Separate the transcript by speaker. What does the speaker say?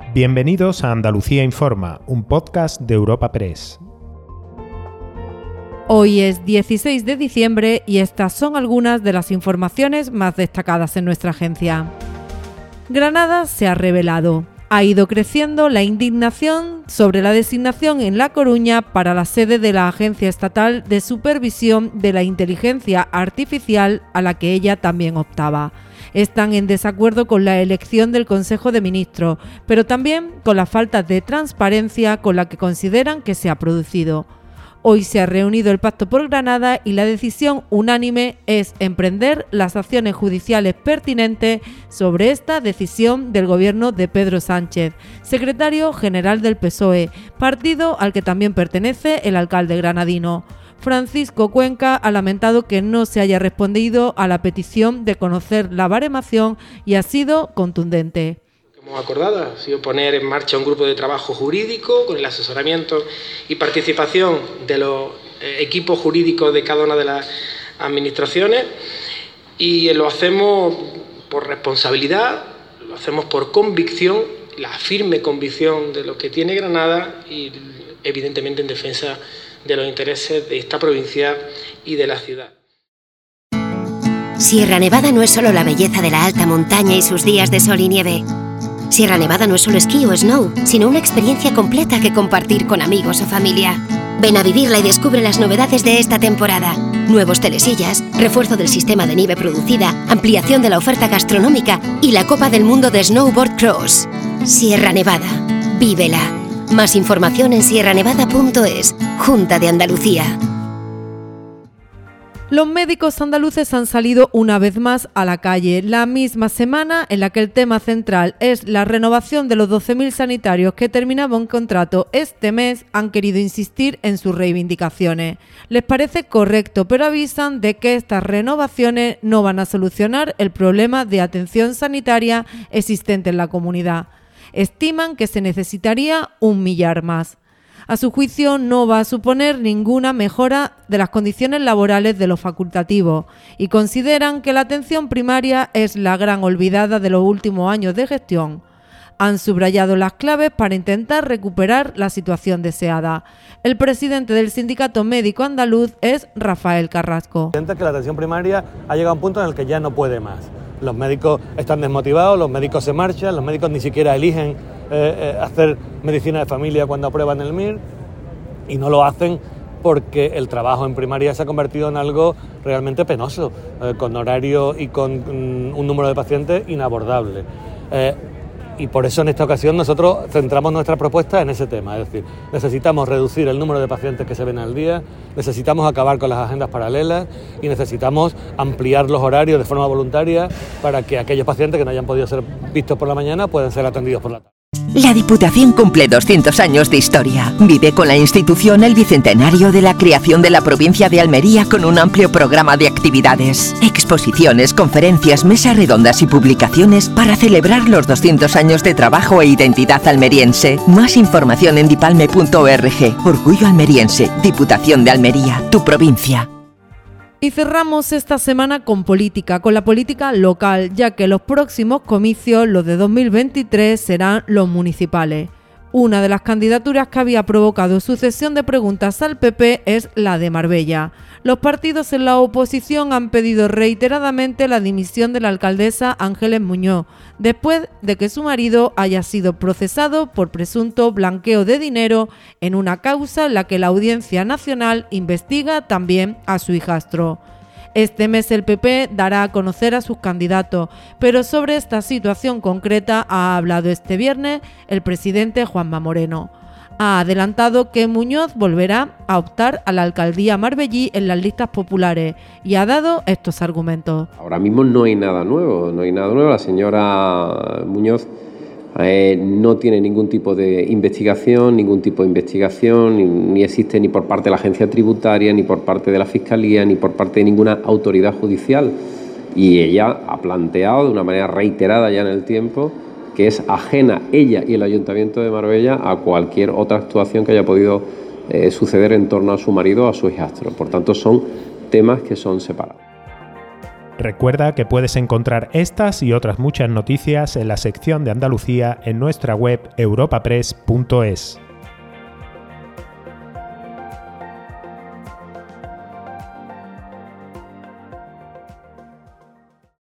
Speaker 1: Bienvenidos a Andalucía Informa, un podcast de Europa Press.
Speaker 2: Hoy es 16 de diciembre y estas son algunas de las informaciones más destacadas en nuestra agencia. Granada se ha rebelado. Ha ido creciendo la indignación sobre la designación en La Coruña para la sede de la Agencia Estatal de Supervisión de la Inteligencia Artificial, a la que ella también optaba. Están en desacuerdo con la elección del Consejo de Ministros, pero también con la falta de transparencia con la que consideran que se ha producido. Hoy se ha reunido el Pacto por Granada y la decisión unánime es emprender las acciones judiciales pertinentes sobre esta decisión del gobierno de Pedro Sánchez, secretario general del PSOE, partido al que también pertenece el alcalde granadino. Francisco Cuenca ha lamentado que no se haya respondido a la petición de conocer la baremación y ha sido contundente.
Speaker 3: Hemos acordado ha sido poner en marcha un grupo de trabajo jurídico con el asesoramiento y participación de los equipos jurídicos de cada una de las administraciones, y lo hacemos por responsabilidad, lo hacemos por convicción, la firme convicción de lo que tiene Granada y evidentemente en defensa de los intereses de esta provincia y de la ciudad.
Speaker 4: Sierra Nevada no es solo la belleza de la alta montaña y sus días de sol y nieve. Sierra Nevada no es solo esquí o snow, sino una experiencia completa que compartir con amigos o familia. Ven a vivirla y descubre las novedades de esta temporada. Nuevos telesillas, refuerzo del sistema de nieve producida, ampliación de la oferta gastronómica y la Copa del Mundo de Snowboard Cross. Sierra Nevada, vívela. Más información en sierranevada.es, Junta de Andalucía.
Speaker 2: Los médicos andaluces han salido una vez más a la calle, la misma semana en la que el tema central es la renovación de los 12.000 sanitarios que terminaban contrato este mes. Han querido insistir en sus reivindicaciones. Les parece correcto, pero avisan de que estas renovaciones no van a solucionar el problema de atención sanitaria existente en la comunidad. Estiman que se necesitaría 1 millar más. A su juicio, no va a suponer ninguna mejora de las condiciones laborales de los facultativos y consideran que la atención primaria es la gran olvidada de los últimos años de gestión. Han subrayado las claves para intentar recuperar la situación deseada. El presidente del Sindicato Médico Andaluz es Rafael Carrasco.
Speaker 5: Siente que la atención primaria ha llegado a un punto en el que ya no puede más. Los médicos están desmotivados, los médicos se marchan, los médicos ni siquiera eligen hacer medicina de familia cuando aprueban el MIR, y no lo hacen porque el trabajo en primaria se ha convertido en algo realmente penoso, con horario y con un número de pacientes inabordable. Y por eso en esta ocasión nosotros centramos nuestra propuesta en ese tema, es decir, necesitamos reducir el número de pacientes que se ven al día, necesitamos acabar con las agendas paralelas y necesitamos ampliar los horarios de forma voluntaria para que aquellos pacientes que no hayan podido ser vistos por la mañana puedan ser atendidos por la tarde.
Speaker 6: La Diputación cumple 200 años de historia. Vive con la institución el bicentenario de la creación de la provincia de Almería con un amplio programa de actividades, exposiciones, conferencias, mesas redondas y publicaciones para celebrar los 200 años de trabajo e identidad almeriense. Más información en dipalme.org. Orgullo almeriense. Diputación de Almería, tu provincia.
Speaker 2: Y cerramos esta semana con la política local, ya que los próximos comicios, los de 2023, serán los municipales. Una de las candidaturas que había provocado sucesión de preguntas al PP es la de Marbella. Los partidos en la oposición han pedido reiteradamente la dimisión de la alcaldesa Ángeles Muñoz, después de que su marido haya sido procesado por presunto blanqueo de dinero en una causa en la que la Audiencia Nacional investiga también a su hijastro. Este mes el PP dará a conocer a sus candidatos, pero sobre esta situación concreta ha hablado este viernes el presidente Juanma Moreno. Ha adelantado que Muñoz volverá a optar a la alcaldía marbellí en las listas populares y ha dado estos argumentos.
Speaker 7: Ahora mismo no hay nada nuevo. La señora Muñoz no tiene ningún tipo de investigación, ni existe ni por parte de la agencia tributaria, ni por parte de la Fiscalía, ni por parte de ninguna autoridad judicial. Y ella ha planteado de una manera reiterada ya en el tiempo que es ajena ella y el Ayuntamiento de Marbella a cualquier otra actuación que haya podido suceder en torno a su marido o a su hijastro. Por tanto, son temas que son separados.
Speaker 1: Recuerda que puedes encontrar estas y otras muchas noticias en la sección de Andalucía en nuestra web europapress.es.